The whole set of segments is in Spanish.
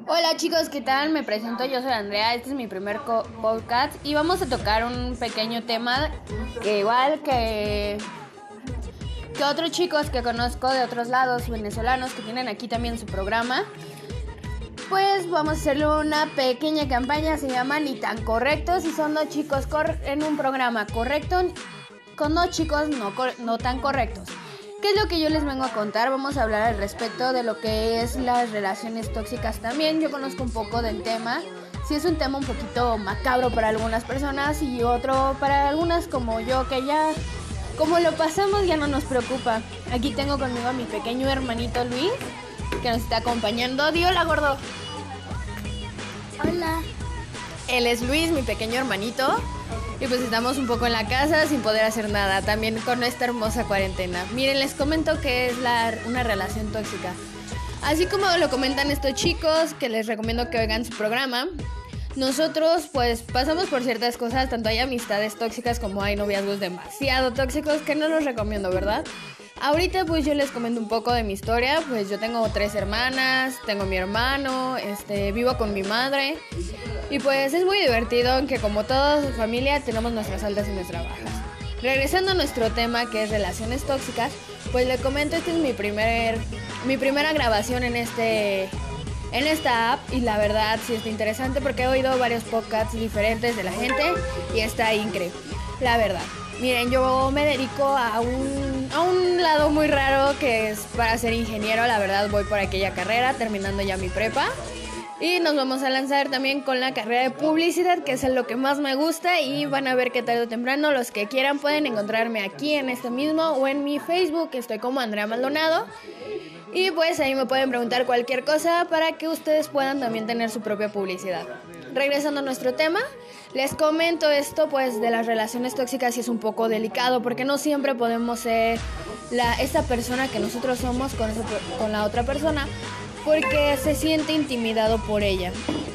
Hola chicos, ¿qué tal? Me presento, yo soy Andrea, este es mi primer podcast y vamos a tocar un pequeño tema que igual que otros chicos que conozco de otros lados, venezolanos que tienen aquí también su programa, pues vamos a hacerle una pequeña campaña, se llama Ni tan correctos y son dos chicos en un programa correcto con dos chicos no tan correctos. ¿Qué es lo que yo les vengo a contar? Vamos a hablar al respecto de lo que es las relaciones tóxicas también. Yo conozco un poco del tema. Sí es un tema un poquito macabro para algunas personas y otro para algunas como yo, que ya como lo pasamos ya no nos preocupa. Aquí tengo conmigo a mi pequeño hermanito Luis, que nos está acompañando. Di hola, gordo. Hola. Él es Luis, mi pequeño hermanito. Y pues estamos un poco en la casa sin poder hacer nada, también con esta hermosa cuarentena. Miren, les comento que es una relación tóxica. Así como lo comentan estos chicos, que les recomiendo que oigan su programa, nosotros pues pasamos por ciertas cosas, tanto hay amistades tóxicas como hay noviazgos demasiado tóxicos que no los recomiendo, ¿verdad? Ahorita pues yo les comento un poco de mi historia. Pues yo tengo 3 hermanas, tengo mi hermano, vivo con mi madre. Y pues es muy divertido, aunque como toda familia tenemos nuestras altas y nuestras bajas. Regresando a nuestro tema, que es relaciones tóxicas, pues le comento, esta es mi primera grabación en esta app. Y la verdad sí está interesante porque he oído varios podcasts diferentes de la gente y está increíble, la verdad. Miren, yo me dedico a un lado muy raro, que es para ser ingeniero. La verdad voy por aquella carrera, terminando ya mi prepa. Y nos vamos a lanzar también con la carrera de publicidad, que es lo que más me gusta. Y van a ver que tarde o temprano, los que quieran pueden encontrarme aquí en este mismo o en mi Facebook. Estoy como Andrea Maldonado. Y pues ahí me pueden preguntar cualquier cosa para que ustedes puedan también tener su propia publicidad. Regresando a nuestro tema, les comento esto pues de las relaciones tóxicas, y es un poco delicado porque no siempre podemos ser esa persona que nosotros somos con la otra persona, porque se siente intimidado por ella.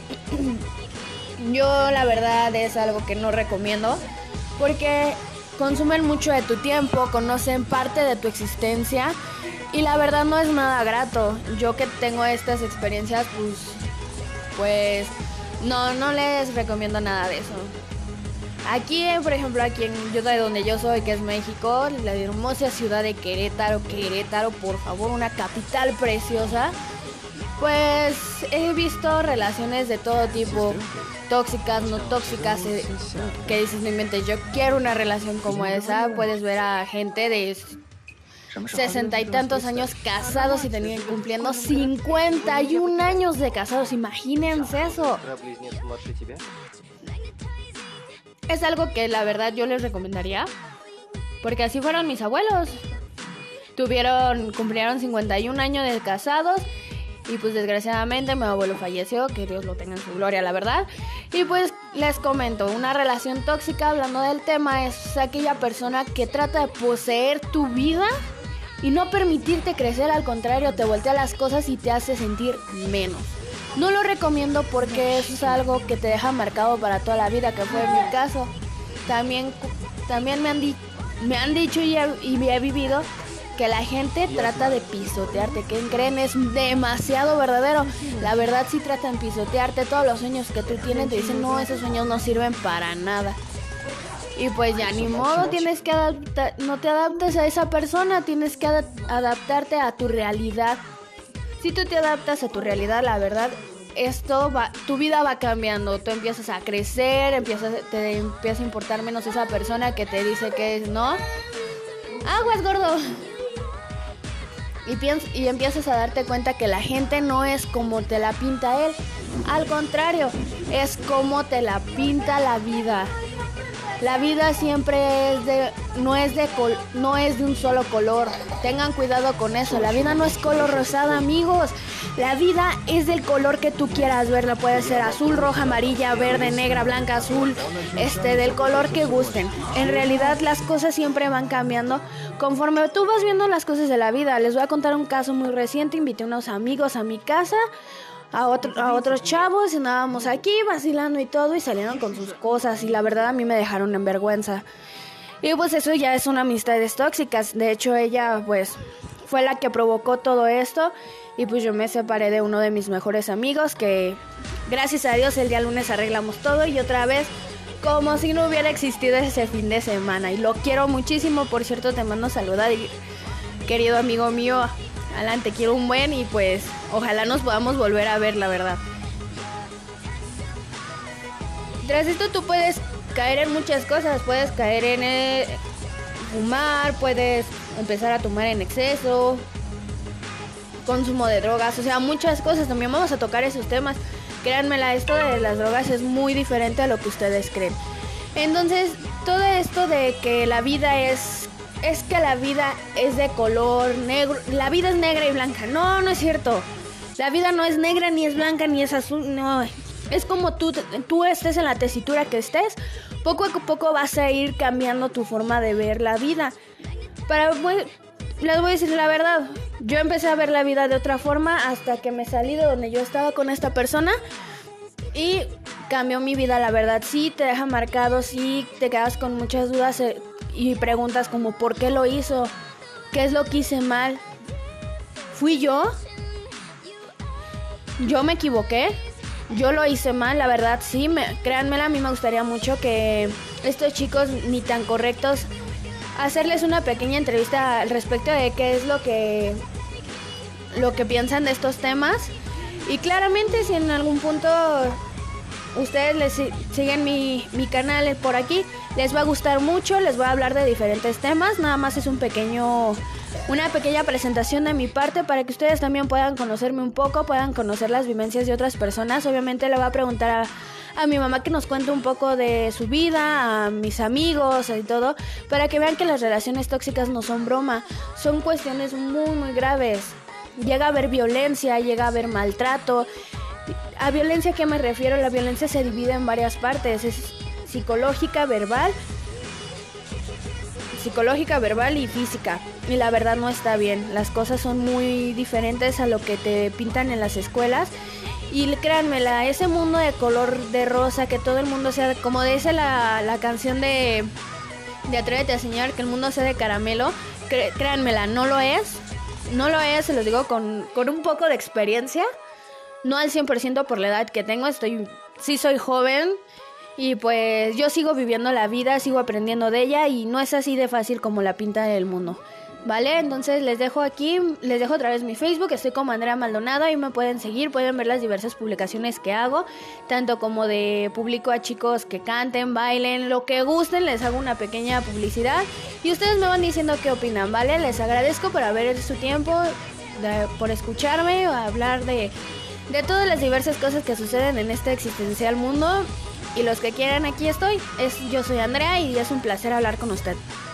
Yo la verdad es algo que no recomiendo, porque consumen mucho de tu tiempo, conocen parte de tu existencia y la verdad no es nada grato. Yo que tengo estas experiencias, pues no les recomiendo nada de eso. Aquí, por ejemplo, yo de donde yo soy, que es México, la hermosa ciudad de Querétaro, por favor, una capital preciosa. Pues he visto relaciones de todo tipo, tóxicas, no tóxicas, que dices, no inventes, yo quiero una relación como esa. Puedes ver a gente de 60 y tantos años casados y cumpliendo 51 años de casados, imagínense eso. Es algo que la verdad yo les recomendaría, porque así fueron mis abuelos. Cumplieron 51 años de casados. Y pues desgraciadamente mi abuelo falleció, que Dios lo tenga en su gloria, la verdad. Y pues les comento, una relación tóxica, hablando del tema, es aquella persona que trata de poseer tu vida y no permitirte crecer. Al contrario, te voltea las cosas y te hace sentir menos. No lo recomiendo porque eso es algo que te deja marcado para toda la vida, que fue en mi caso. También me han dicho y he vivido que la gente trata de pisotearte. ¿Qué creen? Es demasiado verdadero. La verdad sí tratan de pisotearte. Todos los sueños que tú tienes te dicen, no, esos sueños no sirven para nada. Y pues ya ni modo, tienes que no te adaptes a esa persona, tienes que adaptarte a tu realidad. Si tú te adaptas a tu realidad, la verdad, tu vida va cambiando. Tú empiezas a crecer, te empieza a importar menos esa persona que te dice que es no. ¡Aguas, gordo! Y empiezas a darte cuenta que la gente no es como te la pinta él. Al contrario, es como te la pinta la vida. La vida siempre no es de un solo color. Tengan cuidado con eso. La vida no es color rosada, amigos. La vida es del color que tú quieras verla. Puede ser azul, roja, amarilla, verde, negra, blanca, azul, del color que gusten. En realidad las cosas siempre van cambiando conforme tú vas viendo las cosas de la vida. Les voy a contar un caso muy reciente. Invité a unos amigos a mi casa, a otros chavos, y andábamos aquí vacilando y todo, y salieron con sus cosas, y la verdad a mí me dejaron en vergüenza. Y pues eso ya es una amistades tóxicas. De hecho ella pues fue la que provocó todo esto, Y pues yo me separé de uno de mis mejores amigos, que gracias a Dios el día lunes arreglamos todo y otra vez como si no hubiera existido ese fin de semana. Y lo quiero muchísimo, por cierto, te mando saludar, querido amigo mío. Alan, te quiero un buen y pues ojalá nos podamos volver a ver, la verdad. Tras esto tú puedes caer en muchas cosas, puedes caer en fumar, puedes empezar a tomar en exceso, consumo de drogas, o sea, muchas cosas. También vamos a tocar esos temas. Créanmela, esto de las drogas es muy diferente a lo que ustedes creen. Entonces, todo esto de que la vida es que la vida es de color negro, la vida es negra y blanca. No, no es cierto. La vida no es negra, ni es blanca, ni es azul, no. Es como tú estés en la tesitura que estés, poco a poco vas a ir cambiando tu forma de ver la vida. Les voy a decir la verdad, yo empecé a ver la vida de otra forma hasta que me salí de donde yo estaba con esta persona y cambió mi vida, la verdad. Sí te deja marcado, sí te quedas con muchas dudas y preguntas como ¿por qué lo hizo? ¿Qué es lo que hice mal? ¿Fui yo? ¿Yo me equivoqué? Yo lo hice mal, la verdad, sí, créanmela, a mí me gustaría mucho que estos chicos ni tan correctos, hacerles una pequeña entrevista al respecto de qué es lo que piensan de estos temas. Y claramente si en algún punto ustedes siguen mi canal por aquí, les va a gustar mucho, les voy a hablar de diferentes temas. Nada más es una pequeña presentación de mi parte para que ustedes también puedan conocerme un poco, puedan conocer las vivencias de otras personas. Obviamente le voy a preguntar a mi mamá que nos cuente un poco de su vida, a mis amigos y todo, para que vean que las relaciones tóxicas no son broma, son cuestiones muy muy graves. Llega a haber violencia, llega a haber maltrato. ¿A violencia a qué me refiero? La violencia se divide en varias partes, es psicológica, verbal y física. Y la verdad no está bien. Las cosas son muy diferentes a lo que te pintan en las escuelas. Y créanmela, ese mundo de color de rosa, que todo el mundo sea, como dice la canción de Atrévete a soñar, que el mundo sea de caramelo, créanmela, no lo es. No lo es, se los digo con un poco de experiencia. No al 100% por la edad que tengo, sí soy joven. Y pues yo sigo viviendo la vida, sigo aprendiendo de ella y no es así de fácil como la pinta del mundo, ¿vale? Entonces les dejo otra vez mi Facebook, estoy como Andrea Maldonado, ahí me pueden seguir, pueden ver las diversas publicaciones que hago, tanto como de publico a chicos que canten, bailen, lo que gusten, les hago una pequeña publicidad y ustedes me van diciendo qué opinan, ¿vale? Les agradezco por haber su tiempo, por escucharme, hablar de todas las diversas cosas que suceden en este existencial mundo. Y los que quieran, aquí estoy. Yo soy Andrea y es un placer hablar con usted.